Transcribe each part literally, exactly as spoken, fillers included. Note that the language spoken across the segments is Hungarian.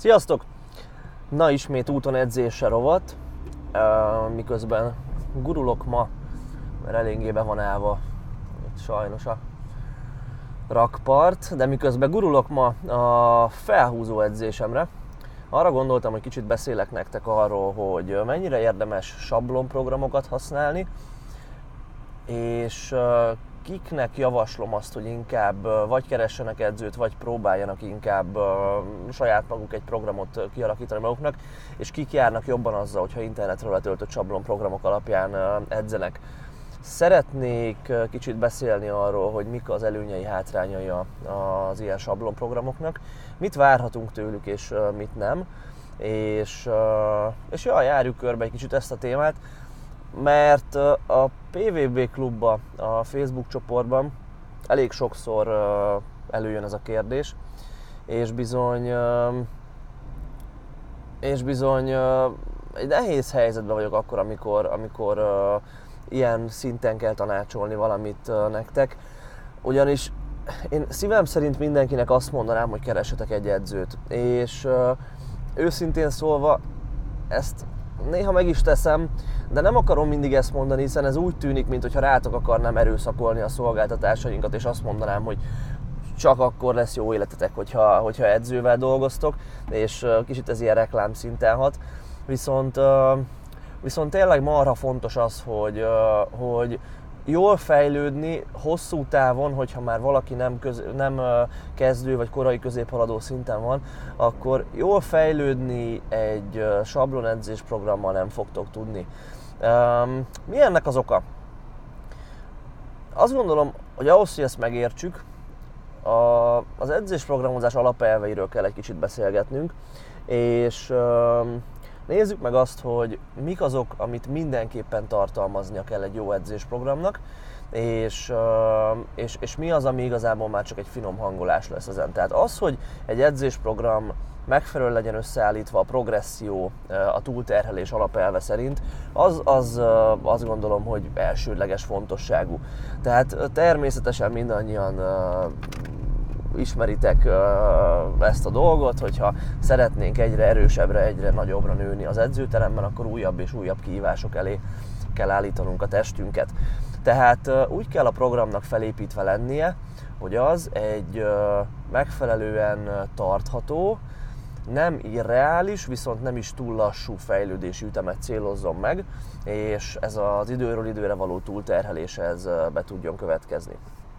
Sziasztok! Na, ismét úton edzésre rovat, miközben gurulok ma, mert eléggé be van állva itt sajnos a rakpart, de miközben gurulok ma a felhúzó edzésemre, arra gondoltam, hogy kicsit beszélek nektek arról, hogy mennyire érdemes sablonprogramokat használni, és kiknek javaslom azt, hogy inkább vagy keressenek edzőt, vagy próbáljanak inkább saját maguk egy programot kialakítani maguknak, és kik járnak jobban azzal, hogyha internetről letöltött sablonprogramok alapján edzenek. Szeretnék kicsit beszélni arról, hogy mik az előnyei, hátrányai az ilyen sablonprogramoknak, mit várhatunk tőlük és mit nem, és, és jaj, járjuk körbe egy kicsit ezt a témát, mert a pé vé bé klubba, a Facebook csoportban elég sokszor előjön ez a kérdés, és bizony, és bizony egy nehéz helyzetben vagyok akkor, amikor, amikor ilyen szinten kell tanácsolni valamit nektek, ugyanis én szívem szerint mindenkinek azt mondanám, hogy keressetek egy edzőt, és őszintén szólva ezt néha meg is teszem, de nem akarom mindig ezt mondani, hiszen ez úgy tűnik, mintha rátok akarnám erőszakolni a szolgáltatásainkat, és azt mondanám, hogy csak akkor lesz jó életetek, hogyha, hogyha edzővel dolgoztok, és kicsit ez ilyen reklám szinten hat. Viszont, viszont tényleg marha fontos az, hogy, hogy jól fejlődni hosszú távon, hogyha már valaki nem, köz, nem kezdő vagy korai középhaladó szinten van, akkor jól fejlődni egy sablonedzés programmal nem fogtok tudni. Mi ennek az oka? Azt gondolom, hogy ahhoz, hogy ezt megértsük, az edzésprogramozás alapelveiről kell egy kicsit beszélgetnünk, és nézzük meg azt, hogy mik azok, amit mindenképpen tartalmaznia kell egy jó edzésprogramnak, és, és, és mi az, ami igazából már csak egy finom hangolás lesz ezen. Tehát az, hogy egy edzésprogram megfelelően legyen összeállítva, a progresszió, a túlterhelés alapelve szerint, az, az azt gondolom, hogy elsődleges fontosságú. Tehát természetesen mindannyian ismeritek ezt a dolgot, hogyha szeretnénk egyre erősebbre, egyre nagyobbra nőni az edzőteremben, akkor újabb és újabb kihívások elé kell állítanunk a testünket. Tehát úgy kell a programnak felépítve lennie, hogy az egy megfelelően tartható, nem irreális, viszont nem is túl lassú fejlődési ütemet célozzon meg, és ez az időről időre való túlterheléshez be tudjon következni.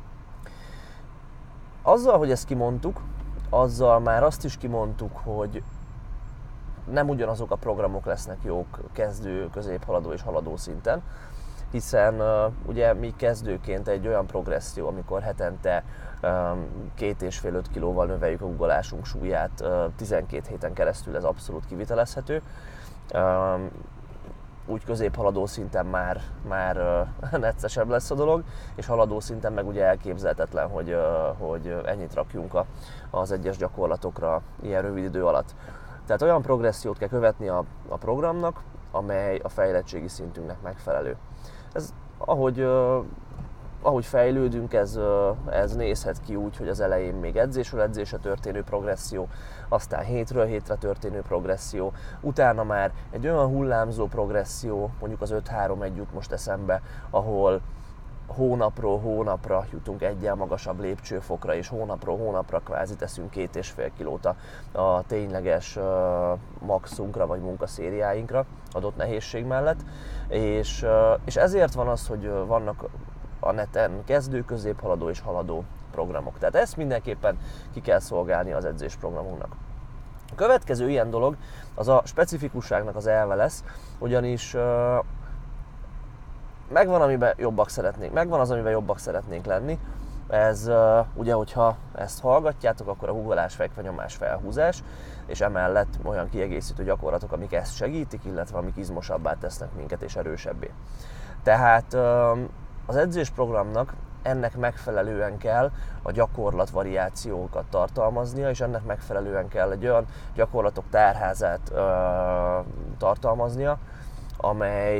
Azzal, hogy ezt kimondtuk, azzal már azt is kimondtuk, hogy nem ugyanazok a programok lesznek jók kezdő, középhaladó és haladó szinten, hiszen uh, ugye mi kezdőként egy olyan progresszió, amikor hetente um, két és fél öt kilóval növeljük a guggolásunk súlyát, uh, tizenkét héten keresztül ez abszolút kivitelezhető. Um, úgy középhaladó szinten már, már uh, neccesebb lesz a dolog, és haladó szinten meg ugye elképzelhetetlen, hogy, uh, hogy ennyit rakjunk a, az egyes gyakorlatokra ilyen rövid idő alatt. Tehát olyan progressziót kell követni a, a programnak, amely a fejlettségi szintünknek megfelelő. Ez, ahogy, uh, ahogy fejlődünk, ez, uh, ez nézhet ki úgy, hogy az elején még edzésről edzésre történő progresszió, aztán hétről hétre történő progresszió, utána már egy olyan hullámzó progresszió, mondjuk az öt három egy jut most eszembe, ahol hónapról hónapra jutunk egyel magasabb lépcsőfokra, és hónapról hónapra kvázi teszünk két és fél kilót a, a tényleges uh, maxunkra vagy munkaszériáinkra adott nehézség mellett. És, uh, és ezért van az, hogy vannak a neten kezdő, középhaladó és haladó programok. Tehát ezt mindenképpen ki kell szolgálni az edzésprogramunknak. A következő ilyen dolog az a specifikusságnak az elve lesz, ugyanis uh, megvan, amiben jobbak szeretnénk, megvan az, amiben jobbak szeretnénk lenni. Ez uh, ugye, hogyha ezt hallgatjátok, akkor a guggolás, fekvenyomás, felhúzás, és emellett olyan kiegészítő gyakorlatok, amik ezt segítik, illetve amik izmosabbá tesznek minket és erősebbé. Tehát uh, az edzésprogramnak ennek megfelelően kell a gyakorlat variációkat tartalmaznia, és ennek megfelelően kell egy olyan gyakorlatok tárházát uh, tartalmaznia, amely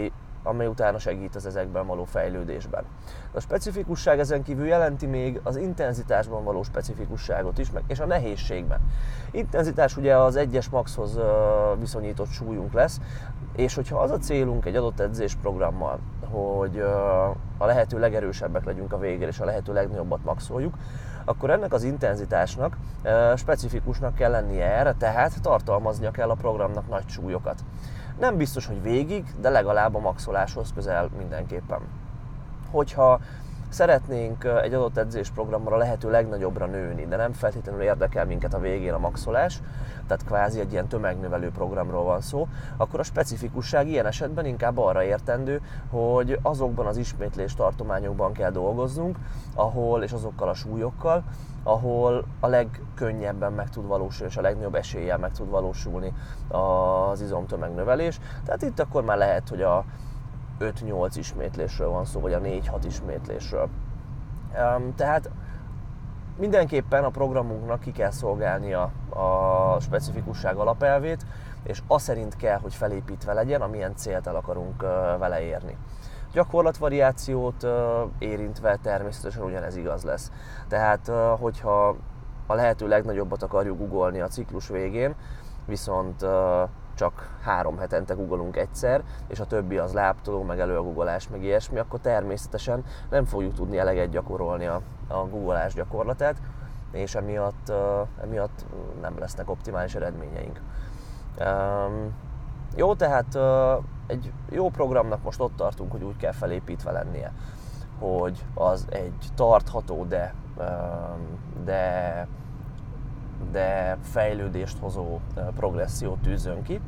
amely utána segít az ezekben való fejlődésben. A specifikusság ezen kívül jelenti még az intenzitásban való specifikusságot is, és a nehézségben. Intenzitás ugye az egyes maxhoz viszonyított súlyunk lesz, és hogyha az a célunk egy adott edzésprogrammal, hogy a lehető legerősebbek legyünk a végén, és a lehető legnagyobbat maxoljuk, akkor ennek az intenzitásnak specifikusnak kell lennie erre, tehát tartalmaznia kell a programnak nagy súlyokat. Nem biztos, hogy végig, de legalább a maxoláshoz közel mindenképpen. Hogyha szeretnénk egy adott edzésprogramra a lehető legnagyobbra nőni, de nem feltétlenül érdekel minket a végén a maxolás, tehát kvázi egy ilyen tömegnövelő programról van szó, akkor a specifikusság ilyen esetben inkább arra értendő, hogy azokban az ismétlés tartományokban kell dolgoznunk, ahol, és azokkal a súlyokkal, ahol a legkönnyebben meg tud valósulni, és a legnagyobb eséllyel meg tud valósulni az izomtömegnövelés. Tehát itt akkor már lehet, hogy a öt-nyolc ismétlésről van szó, vagy a négy-hat ismétlésről. Tehát mindenképpen a programunknak ki kell szolgálnia a specifikusság alapelvét, és az szerint kell, hogy felépítve legyen, amilyen célt el akarunk vele érni. Gyakorlatvariációt érintve természetesen ugyanez igaz lesz. Tehát, hogyha a lehető legnagyobbat akarjuk googolni a ciklus végén, viszont csak három hetente googolunk egyszer, és a többi az lábtoló, meg előgoogolás, meg ilyesmi, akkor természetesen nem fogjuk tudni eleget gyakorolni a, a googolás gyakorlatát, és emiatt, emiatt nem lesznek optimális eredményeink. Jó, tehát egy jó programnak most ott tartunk, hogy úgy kell felépítve lennie, hogy az egy tartható, de, de, de fejlődést hozó progressziót tűzön ki,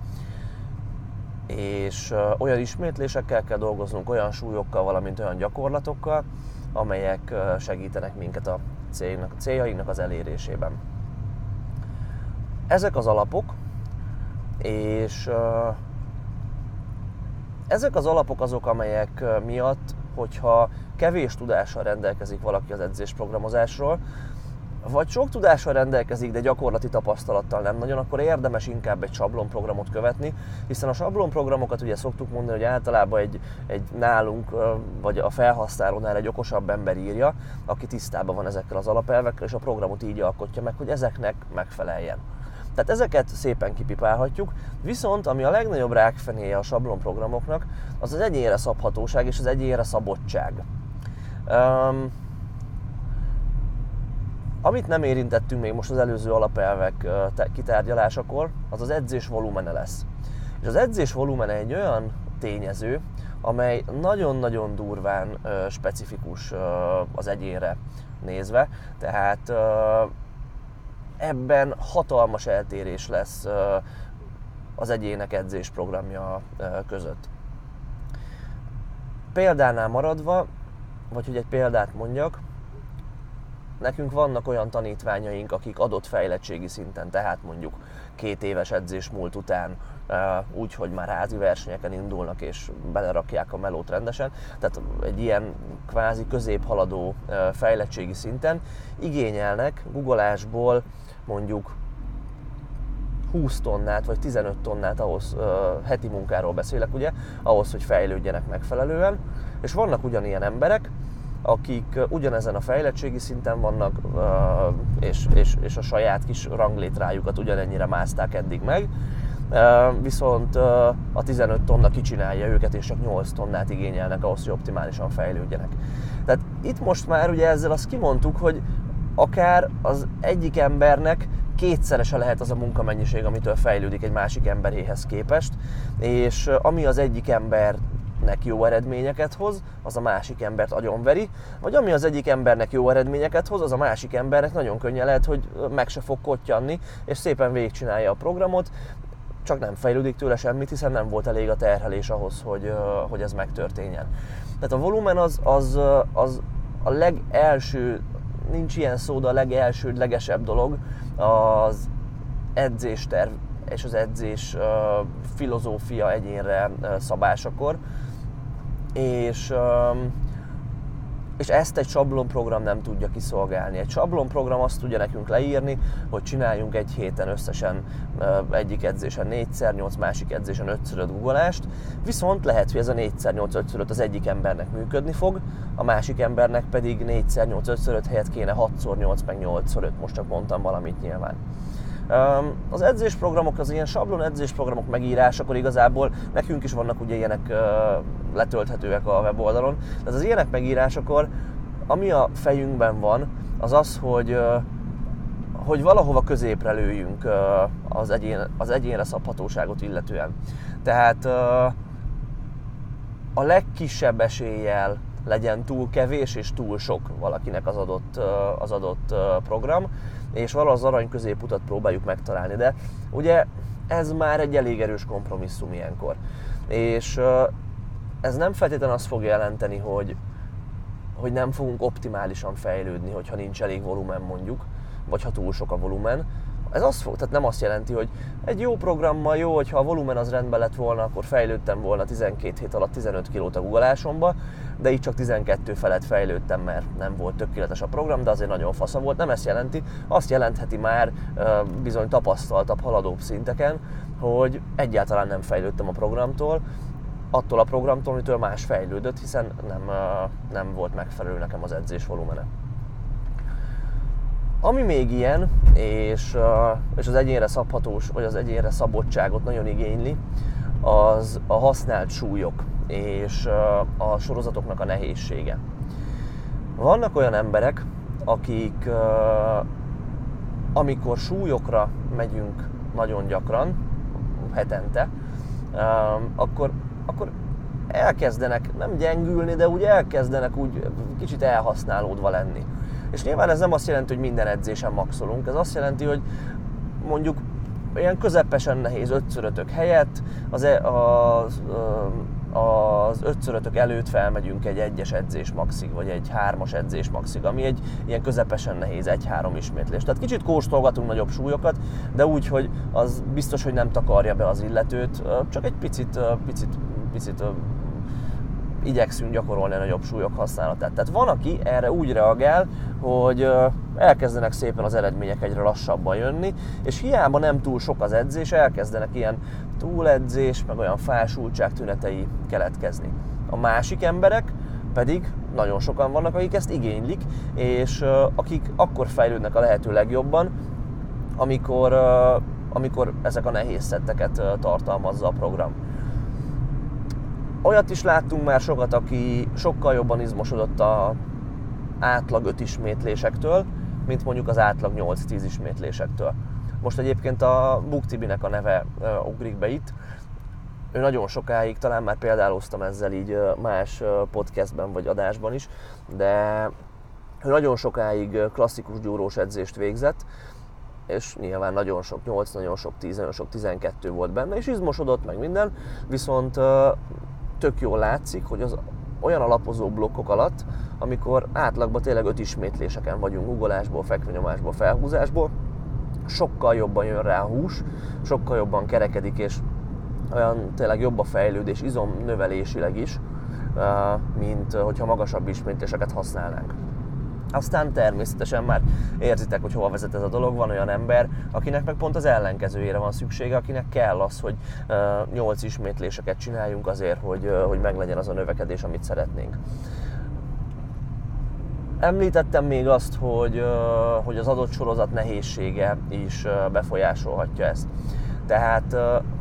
és olyan ismétlésekkel kell dolgoznunk, olyan súlyokkal, valamint olyan gyakorlatokkal, amelyek segítenek minket a céljainknak az elérésében. Ezek az alapok, és ezek az alapok azok, amelyek miatt, hogyha kevés tudással rendelkezik valaki az edzésprogramozásról, vagy sok tudással rendelkezik, de gyakorlati tapasztalattal nem nagyon, akkor érdemes inkább egy sablonprogramot követni, hiszen a sablonprogramokat ugye szoktuk mondani, hogy általában egy, egy nálunk, vagy a felhasználónál egy okosabb ember írja, aki tisztában van ezekkel az alapelvekkel, és a programot így alkotja meg, hogy ezeknek megfeleljen. Tehát ezeket szépen kipipálhatjuk, viszont ami a legnagyobb rákfenéje a sablonprogramoknak, az az egyénre szabhatóság és az egyénre szabottság. Um, amit nem érintettünk még most az előző alapelvek kitárgyalásakor, az az edzés volumene lesz. És az edzés volumene egy olyan tényező, amely nagyon-nagyon durván uh, specifikus uh, az egyénre nézve, tehát uh, ebben hatalmas eltérés lesz az egyének edzésprogramja között. Példánál maradva, vagy hogy egy példát mondjak, nekünk vannak olyan tanítványaink, akik adott fejlettségi szinten, tehát mondjuk két éves edzés múlt után úgy, hogy már házi versenyeken indulnak és belerakják a melót rendesen, tehát egy ilyen kvázi középhaladó fejlettségi szinten igényelnek googolásból mondjuk húsz tonnát vagy tizenöt tonnát ahhoz, heti munkáról beszélek ugye, ahhoz, hogy fejlődjenek megfelelően, és vannak ugyanilyen emberek, akik ugyanezen a fejlettségi szinten vannak, és, és, és a saját kis ranglétrájukat ugyanennyire mászták eddig meg, viszont a tizenöt tonna kicsinálja őket, és csak nyolc tonnát igényelnek ahhoz, hogy optimálisan fejlődjenek. Tehát itt most már ugye ezzel azt kimondtuk, hogy akár az egyik embernek kétszerese lehet az a munkamennyiség, amitől fejlődik egy másik emberéhez képest, és ami az egyik embernek jó eredményeket hoz, az a másik embert agyonveri, vagy ami az egyik embernek jó eredményeket hoz, az a másik embernek nagyon könnyen lehet, hogy meg se fog kottyanni, és szépen végigcsinálja a programot, csak nem fejlődik tőle semmit, hiszen nem volt elég a terhelés ahhoz, hogy, hogy ez megtörténjen. Tehát a volumen az, az, az a legelső, nincs ilyen szó, de a legelsődlegesebb dolog az edzésterv és az edzés uh, filozófia egyénre uh, szabásakor. És um, és ezt egy sablonprogram nem tudja kiszolgálni. Egy sablonprogram azt tudja nekünk leírni, hogy csináljunk egy héten összesen egyik edzésen négyszer nyolc, másik edzésen ötször öt guggolást, viszont lehet, hogy ez a négyszer nyolc, ötször öt az egyik embernek működni fog, a másik embernek pedig négyszer nyolc, ötször öt helyett kéne hatszor nyolc, meg nyolcszor öt, most csak mondtam valamit nyilván. Az edzésprogramok, az ilyen sablon edzésprogramok megírásakor igazából nekünk is vannak ugye ilyenek letölthetőek a weboldalon, de az ilyenek megírásakor, ami a fejünkben van, az az, hogy, hogy valahova középre lőjünk az, egyén, az egyénre szabhatóságot illetően. Tehát a legkisebb eséllyel legyen túl kevés és túl sok valakinek az adott, az adott program, és valahogy az arany középutat próbáljuk megtalálni, de ugye ez már egy elég erős kompromisszum ilyenkor. És ez nem feltétlenül azt fogja jelenteni, hogy, hogy nem fogunk optimálisan fejlődni, hogyha nincs elég volumen mondjuk, vagy ha túl sok a volumen. Ez azt fog, tehát nem azt jelenti, hogy egy jó programmal jó, hogyha a volumen az rendben lett volna, akkor fejlődtem volna tizenkét hét alatt tizenöt kilót a guggolásomba, de így csak tizenkettő felett fejlődtem, mert nem volt tökéletes a program, de azért nagyon fasza volt. Nem ezt jelenti, azt jelentheti már bizony tapasztaltabb, haladóbb szinteken, hogy egyáltalán nem fejlődtem a programtól, attól a programtól, amitől más fejlődött, hiszen nem, nem volt megfelelő nekem az edzés volumene. Ami még ilyen, és, és az egyénre szabhatós, vagy az egyénre szabottságot nagyon igényli, az a használt súlyok és a sorozatoknak a nehézsége. Vannak olyan emberek, akik amikor súlyokra megyünk nagyon gyakran, hetente, akkor, akkor elkezdenek nem gyengülni, de úgy elkezdenek úgy kicsit elhasználódva lenni. És nyilván ez nem azt jelenti, hogy minden edzésen maxolunk, ez azt jelenti, hogy mondjuk ilyen közepesen nehéz ötször ötök helyett az, az, az ötször ötök előtt felmegyünk egy egyes edzés maxig, vagy egy hármas edzés maxig, ami egy ilyen közepesen nehéz egy-három ismétlés. Tehát kicsit kóstolgatunk nagyobb súlyokat, de úgy, hogy az biztos, hogy nem takarja be az illetőt, csak egy picit, picit, picit igyekszünk gyakorolni a nagyobb súlyok használatát. Tehát van, aki erre úgy reagál, hogy elkezdenek szépen az eredmények egyre lassabban jönni, és hiába nem túl sok az edzés, elkezdenek ilyen túledzés, meg olyan fásultság tünetei keletkezni. A másik emberek pedig nagyon sokan vannak, akik ezt igénylik, és akik akkor fejlődnek a lehető legjobban, amikor, amikor ezek a nehéz szetteket tartalmazza a program. Olyat is láttunk már sokat, aki sokkal jobban izmosodott az átlag öt ismétlésektől, mint mondjuk az átlag nyolc-tíz ismétlésektől. Most egyébként a Booktibinek a neve uh, ugrik be itt. Ő nagyon sokáig, talán már példáloztam ezzel így uh, más uh, podcastben vagy adásban is, de ő nagyon sokáig klasszikus gyúrós edzést végzett, és nyilván nagyon sok nyolc, nagyon sok tíz, nagyon sok tizenkettő volt benne, és izmosodott meg minden, viszont uh, tök jól látszik, hogy az olyan alapozó blokkok alatt, amikor átlagban tényleg öt ismétléseken vagyunk, guggolásból, fekvőnyomásból, felhúzásból, sokkal jobban jön rá a hús, sokkal jobban kerekedik, és olyan tényleg jobb a fejlődés izomnövelésileg is, mint hogyha magasabb ismétléseket használnánk. Aztán természetesen már érzitek, hogy hova vezet ez a dolog. Van olyan ember, akinek meg pont az ellenkezőjére van szüksége, akinek kell az, hogy nyolc ismétléseket csináljunk azért, hogy, hogy meglegyen az a növekedés, amit szeretnénk. Említettem még azt, hogy, hogy az adott sorozat nehézsége is befolyásolhatja ezt. Tehát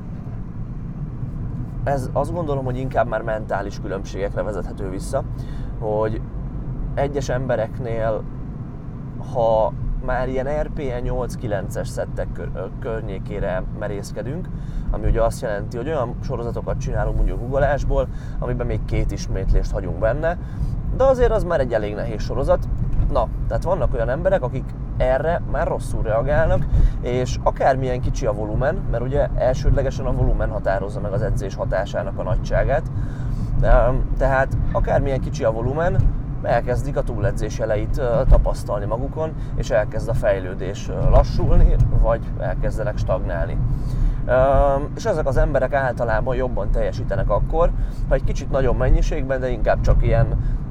ez azt gondolom, hogy inkább már mentális különbségekre vezethető vissza, hogy egyes embereknél, ha már ilyen er pé en nyolc-kilences szettek környékére merészkedünk, ami ugye azt jelenti, hogy olyan sorozatokat csinálunk mondjuk guggolásból, amiben még két ismétlést hagyunk benne, de azért az már egy elég nehéz sorozat. Na, tehát vannak olyan emberek, akik erre már rosszul reagálnak, és akármilyen kicsi a volumen, mert ugye elsődlegesen a volumen határozza meg az edzés hatásának a nagyságát, tehát akármilyen kicsi a volumen, elkezdik a túledzés jeleit tapasztalni magukon, és elkezd a fejlődés lassulni, vagy elkezdenek stagnálni. És ezek az emberek általában jobban teljesítenek akkor, ha egy kicsit nagyobb mennyiségben, de inkább csak ilyen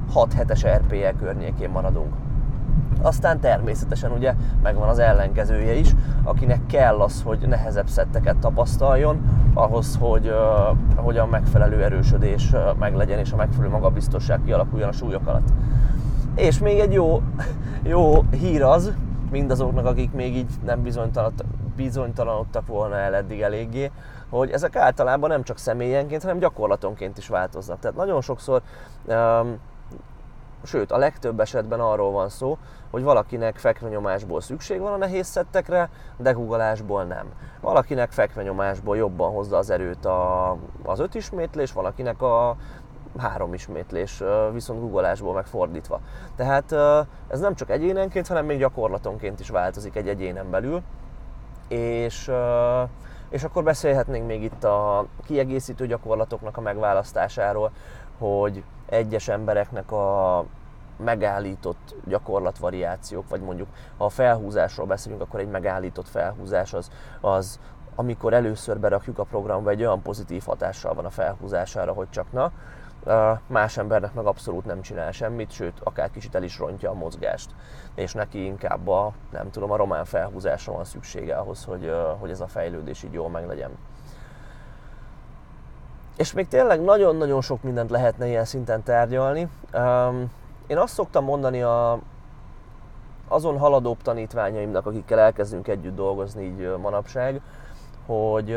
hat hetes er pé é környékén maradunk. Aztán természetesen ugye megvan az ellenkezője is, akinek kell az, hogy nehezebb szetteket tapasztaljon, ahhoz, hogy, uh, hogy a megfelelő erősödés uh, meglegyen, és a megfelelő magabiztosság kialakuljon a súlyok alatt. És még egy jó, jó hír az, mindazoknak, akik még így nem bizonytalanodtak volna el eddig eléggé, hogy ezek általában nem csak személyenként, hanem gyakorlatonként is változnak. Tehát nagyon sokszor, um, sőt a legtöbb esetben arról van szó, hogy valakinek fekvenyomásból szükség van a nehéz szettekre, degugolásból nem. Valakinek fekvenyomásból jobban hozza az erőt a, az öt ismétlés, valakinek a három ismétlés, viszont guggolásból megfordítva. Tehát ez nem csak egyénenként, hanem még gyakorlatonként is változik egy egyénen belül. És, és akkor beszélhetnénk még itt a kiegészítő gyakorlatoknak a megválasztásáról, hogy egyes embereknek a megállított gyakorlatvariációk, vagy mondjuk ha a felhúzásról beszélünk, akkor egy megállított felhúzás az, az amikor először berakjuk a programba, egy olyan pozitív hatással van a felhúzására, hogy csak na, más embernek meg abszolút nem csinál semmit, sőt, akár kicsit el is rontja a mozgást. És neki inkább a, nem tudom, a román felhúzásra van szüksége ahhoz, hogy, hogy ez a fejlődés így jól meglegyen. És még tényleg nagyon-nagyon sok mindent lehetne ilyen szinten tárgyalni. Én azt szoktam mondani a, azon haladóbb tanítványaimnak, akikkel elkezdünk együtt dolgozni így manapság, hogy,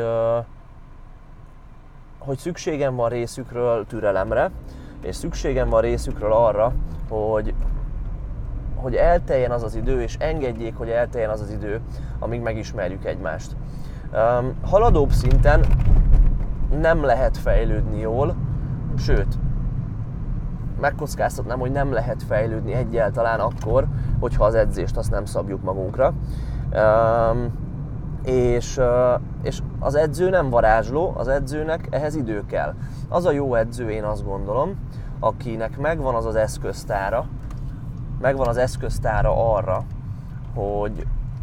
hogy szükségem van részükről türelemre, és szükségem van részükről arra, hogy, hogy elteljen az az idő, és engedjék, hogy elteljen az az idő, amíg megismerjük egymást. Haladóbb szinten nem lehet fejlődni jól, sőt, megkockáztatnám, hogy nem lehet fejlődni egyáltalán akkor, hogyha az edzést azt nem szabjuk magunkra. Um, és, uh, és az edző nem varázsló, az edzőnek ehhez idő kell. Az a jó edző, én azt gondolom, akinek megvan az az eszköztára, megvan az eszköztára arra, hogy,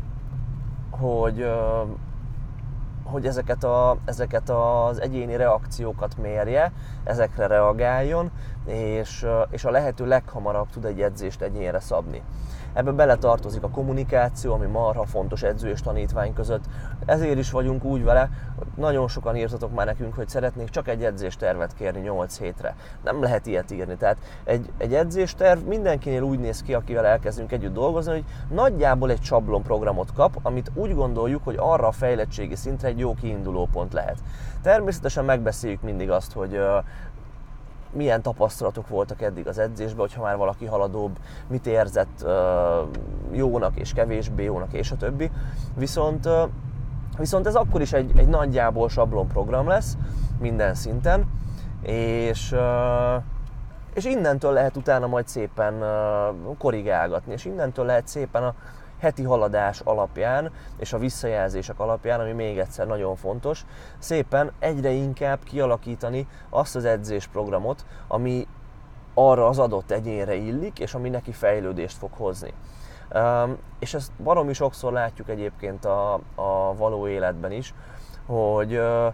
hogy, uh, hogy ezeket, a, ezeket az egyéni reakciókat mérje, ezekre reagáljon, és, és a lehető leghamarabb tud egy edzést egyénre szabni. Ebbe beletartozik a kommunikáció, ami marha fontos edző és tanítvány között. Ezért is vagyunk úgy vele, hogy nagyon sokan írtatok már nekünk, hogy szeretnék csak egy edzéstervet kérni nyolc hétre. Nem lehet ilyet írni. Tehát egy, egy edzésterv mindenkinél úgy néz ki, akivel elkezdünk együtt dolgozni, hogy nagyjából egy sablonprogramot kap, amit úgy gondoljuk, hogy arra a fejlettségi szintre egy jó kiindulópont lehet. Természetesen megbeszéljük mindig azt, hogy milyen tapasztalatok voltak eddig az edzésben, hogyha már valaki haladóbb, mit érzett uh, jónak és kevésbé jónak, és a többi. Viszont, uh, viszont ez akkor is egy, egy nagyjából sablonprogram lesz minden szinten, és, uh, és innentől lehet utána majd szépen uh, korrigálgatni, és innentől lehet szépen a heti haladás alapján és a visszajelzések alapján, ami még egyszer nagyon fontos, szépen egyre inkább kialakítani azt az edzésprogramot, ami arra az adott egyénre illik, és ami neki fejlődést fog hozni. Um, és ezt baromi sokszor látjuk egyébként a, a való életben is, hogy uh,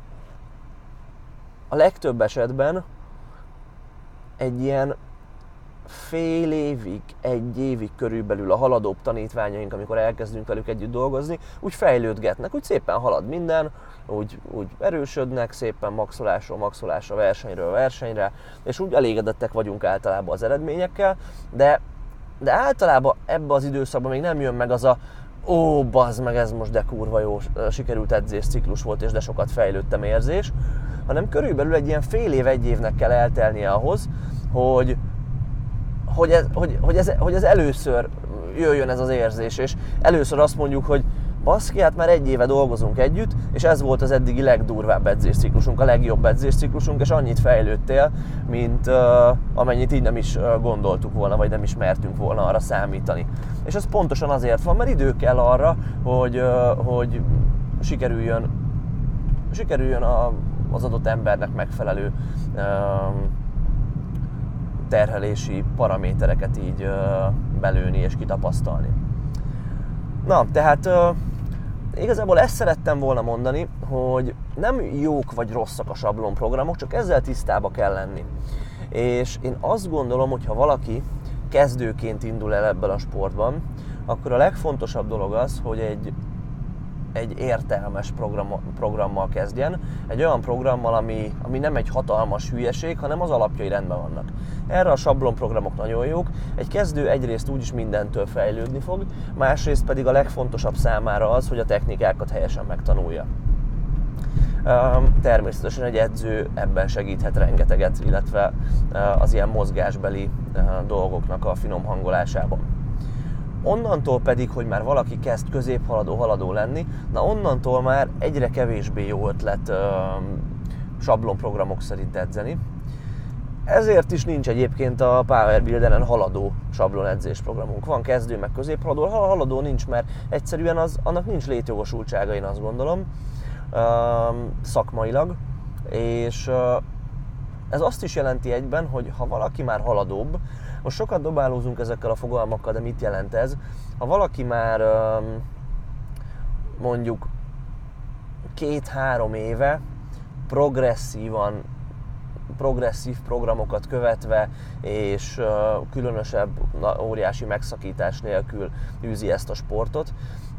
a legtöbb esetben egy ilyen fél évig, egy évig körülbelül a haladóbb tanítványaink, amikor elkezdünk velük együtt dolgozni, úgy fejlődgetnek, úgy szépen halad minden, úgy, úgy erősödnek, szépen maxolásról maxolásra, versenyről versenyre, és úgy elégedettek vagyunk általában az eredményekkel, de, de általában ebbe az időszakban még nem jön meg az a ó, bazd meg, ez most de kurva jó sikerült edzésciklus volt, és de sokat fejlődtem érzés, hanem körülbelül egy ilyen fél év, egy évnek kell eltelnie ahhoz, hogy Hogy ez, hogy, hogy, ez, hogy ez először jöjjön ez az érzés, és először azt mondjuk, hogy baszki, hát már egy éve dolgozunk együtt, és ez volt az eddigi legdurvább edzésciklusunk, a legjobb edzésciklusunk, és annyit fejlődtél, mint uh, amennyit így nem is gondoltuk volna, vagy nem is mertünk volna arra számítani. És ez pontosan azért van, mert idő kell arra, hogy, uh, hogy sikerüljön, sikerüljön a, az adott embernek megfelelő uh, terhelési paramétereket így uh, belőni és kitapasztalni. Na, tehát uh, igazából ezt szerettem volna mondani, hogy nem jók vagy rosszak a sablonprogramok, csak ezzel tisztába kell lenni. És én azt gondolom, hogy ha valaki kezdőként indul el ebben a sportban, akkor a legfontosabb dolog az, hogy egy, egy értelmes program, programmal kezdjen, egy olyan programmal, ami, ami nem egy hatalmas hülyeség, hanem az alapjai rendben vannak. Erre a sablonprogramok nagyon jók, egy kezdő egyrészt úgyis mindentől fejlődni fog, másrészt pedig a legfontosabb számára az, hogy a technikákat helyesen megtanulja. Természetesen egy edző ebben segíthet rengeteget, illetve az ilyen mozgásbeli dolgoknak a finom hangolásában. Onnantól pedig, hogy már valaki kezd középhaladó haladó lenni, na onnantól már egyre kevésbé jó ötlet sablonprogramok szerint edzeni. Ezért is nincs egyébként a Power Builderen haladó sablonedzés programunk. Van kezdő, meg középhaladó, ha haladó nincs, mert egyszerűen az, annak nincs létjogosultsága, én azt gondolom, szakmailag, és ez azt is jelenti egyben, hogy ha valaki már haladóbb, most sokat dobálózunk ezekkel a fogalmakkal, de mit jelent ez? Ha valaki már mondjuk két-három éve progresszívan, progresszív programokat követve, és különösebb, óriási megszakítás nélkül űzi ezt a sportot,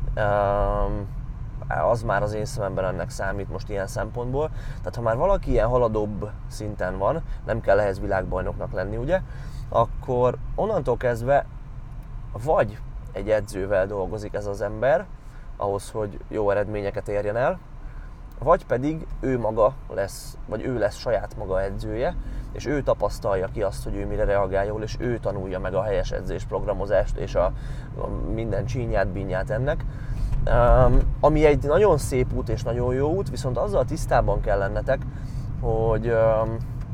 az már az én szememben ennek számít most ilyen szempontból. Tehát ha már valaki ilyen haladóbb szinten van, nem kell ehhez világbajnoknak lenni, ugye, akkor onnantól kezdve vagy egy edzővel dolgozik ez az ember, ahhoz, hogy jó eredményeket érjen el, vagy pedig ő maga lesz, vagy ő lesz saját maga edzője, és ő tapasztalja ki azt, hogy ő mire reagál jól, és ő tanulja meg a helyes edzésprogramozást, és a, a minden csínyát, bínyát ennek. Um, ami egy nagyon szép út és nagyon jó út, viszont azzal tisztában kell lennetek, hogy, um,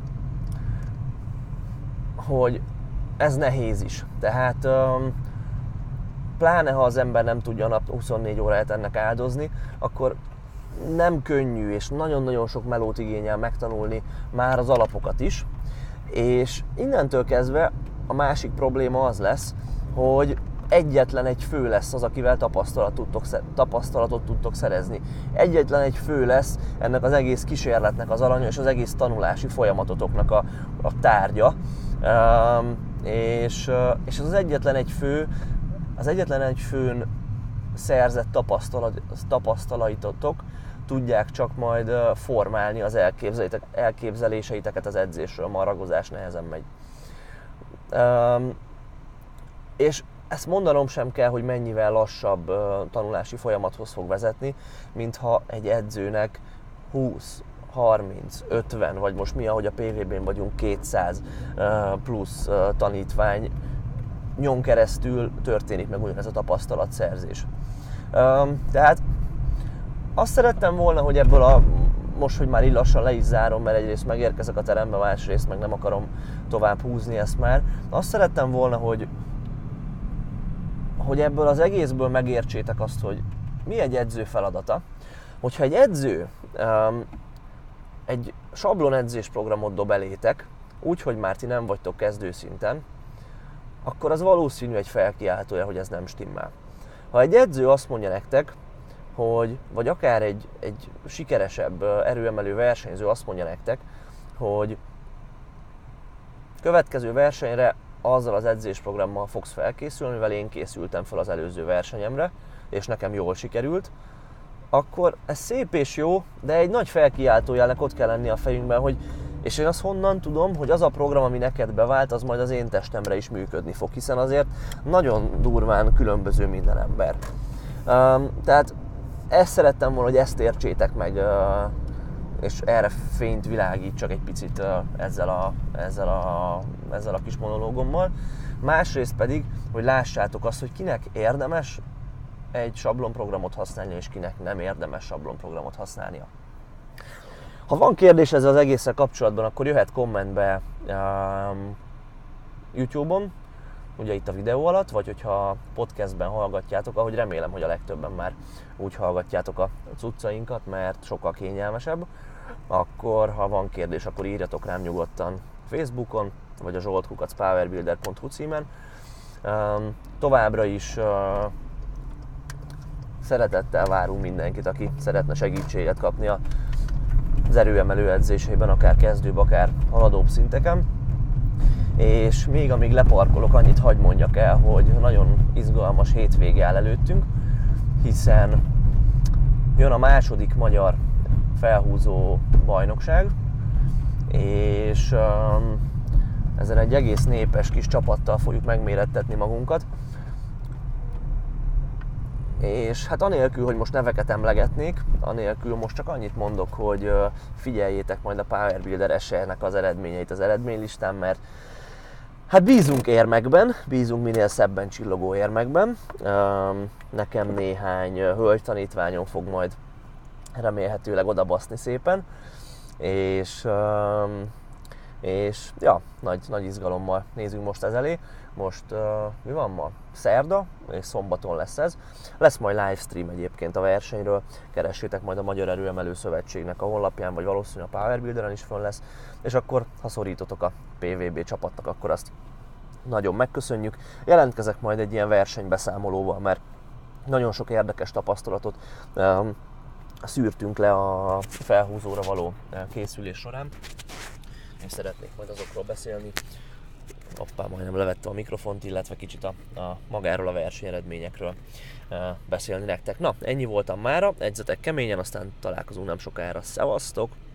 hogy ez nehéz is. Tehát um, pláne ha az ember nem tudja a nap huszonnégy óráját ennek áldozni, akkor nem könnyű és nagyon-nagyon sok melót igényel megtanulni már az alapokat is. És innentől kezdve a másik probléma az lesz, hogy egyetlen egy fő lesz az, akivel tapasztalatot tudtok, tapasztalatot tudtok szerezni. Egyetlen egy fő lesz ennek az egész kísérletnek az alanya, és az egész tanulási folyamatotoknak a, a tárgya. Um, és, és az egyetlen egy fő, az egyetlen egy főn szerzett tapasztalat, tapasztalatotok tudják csak majd formálni az elképzeléseiteket az edzésről, ma a ragozás nehezen megy. Um, és ezt mondanom sem kell, hogy mennyivel lassabb uh, tanulási folyamathoz fog vezetni, mintha egy edzőnek húsz, harminc, ötven, vagy most mi, ahogy a pé vé bén vagyunk, kétszáz uh, plusz uh, tanítvány nyon keresztül történik meg ugyanez a tapasztalatszerzés. Um, tehát azt szerettem volna, hogy ebből a, most, hogy már így lassan le is zárom, mert egyrészt megérkezek a terembe, másrészt meg nem akarom tovább húzni ezt már, azt szerettem volna, hogy hogy ebből az egészből megértsétek azt, hogy mi egy edző feladata. Hogyha egy edző um, egy sablon edzésprogramot dob elétek, úgy, hogy már ti nem vagytok kezdőszinten, akkor az valószínű egy felkiáltója, hogy ez nem stimmel. Ha egy edző azt mondja nektek, hogy, vagy akár egy, egy sikeresebb erőemelő versenyző azt mondja nektek, hogy következő versenyre azzal az edzésprogrammal fogsz felkészülni, mivel én készültem fel az előző versenyemre, és nekem jól sikerült, akkor ez szép és jó, de egy nagy felkiáltójelnek ott kell lenni a fejünkben, hogy és én azt honnan tudom, hogy az a program, ami neked bevált, az majd az én testemre is működni fog, hiszen azért nagyon durván különböző minden ember. Um, tehát ezt szerettem volna, hogy ezt értsétek meg, uh, és erre fényt világítsak egy picit uh, ezzel, a, ezzel, a, ezzel a kis monológommal. Másrészt pedig, hogy lássátok azt, hogy kinek érdemes egy sablonprogramot használni, és kinek nem érdemes sablonprogramot használnia. Ha van kérdés ezzel az egésszel kapcsolatban, akkor jöhet kommentbe um, YouTube-on, ugye itt a videó alatt, vagy hogyha podcastben hallgatjátok, ahogy remélem, hogy a legtöbben már úgy hallgatjátok a cuccainkat, mert sokkal kényelmesebb, akkor ha van kérdés, akkor írjatok rám nyugodtan Facebookon, vagy a zsolt kukac powerbuilder pont hu címen. Um, továbbra is uh, szeretettel várunk mindenkit, aki szeretne segítséget kapni az erőemelő edzéseiben, akár kezdőbb, akár haladóbb szinteken. És még amíg leparkolok, annyit hagy mondjak el, hogy nagyon izgalmas hétvége áll előttünk, hiszen jön a második magyar felhúzó bajnokság, és um, ezen egy egész népes kis csapattal fogjuk megmérettetni magunkat. És hát anélkül, hogy most neveket emlegetnék, anélkül most csak annyit mondok, hogy figyeljétek majd a Powerbuilder es e-nek az eredményeit az eredménylistán, mert hát bízunk érmekben, bízunk minél szebben csillogó érmekben. Nekem néhány hölgy tanítványom fog majd remélhetőleg odabaszni szépen, és, és ja, nagy, nagy izgalommal nézünk most ez elé. Most uh, mi van ma? Szerda, és szombaton lesz ez. Lesz majd livestream egyébként a versenyről, keressétek majd a Magyar Erőemelő Szövetségnek a honlapján, vagy valószínűleg a Powerbuilderen is fönn lesz, és akkor ha szorítotok a pé vé bé csapatnak, akkor azt nagyon megköszönjük. Jelentkezek majd egy ilyen versenybeszámolóval, mert nagyon sok érdekes tapasztalatot um, szűrtünk le a felhúzóra való készülés során, és szeretnék majd azokról beszélni. Hoppá, majdnem levettem a mikrofont, illetve kicsit a, a magáról a versenyeredményekről e, beszélni nektek. Na, ennyi voltam mára, edzetek keményen, aztán találkozunk nem sokára. Szevasztok!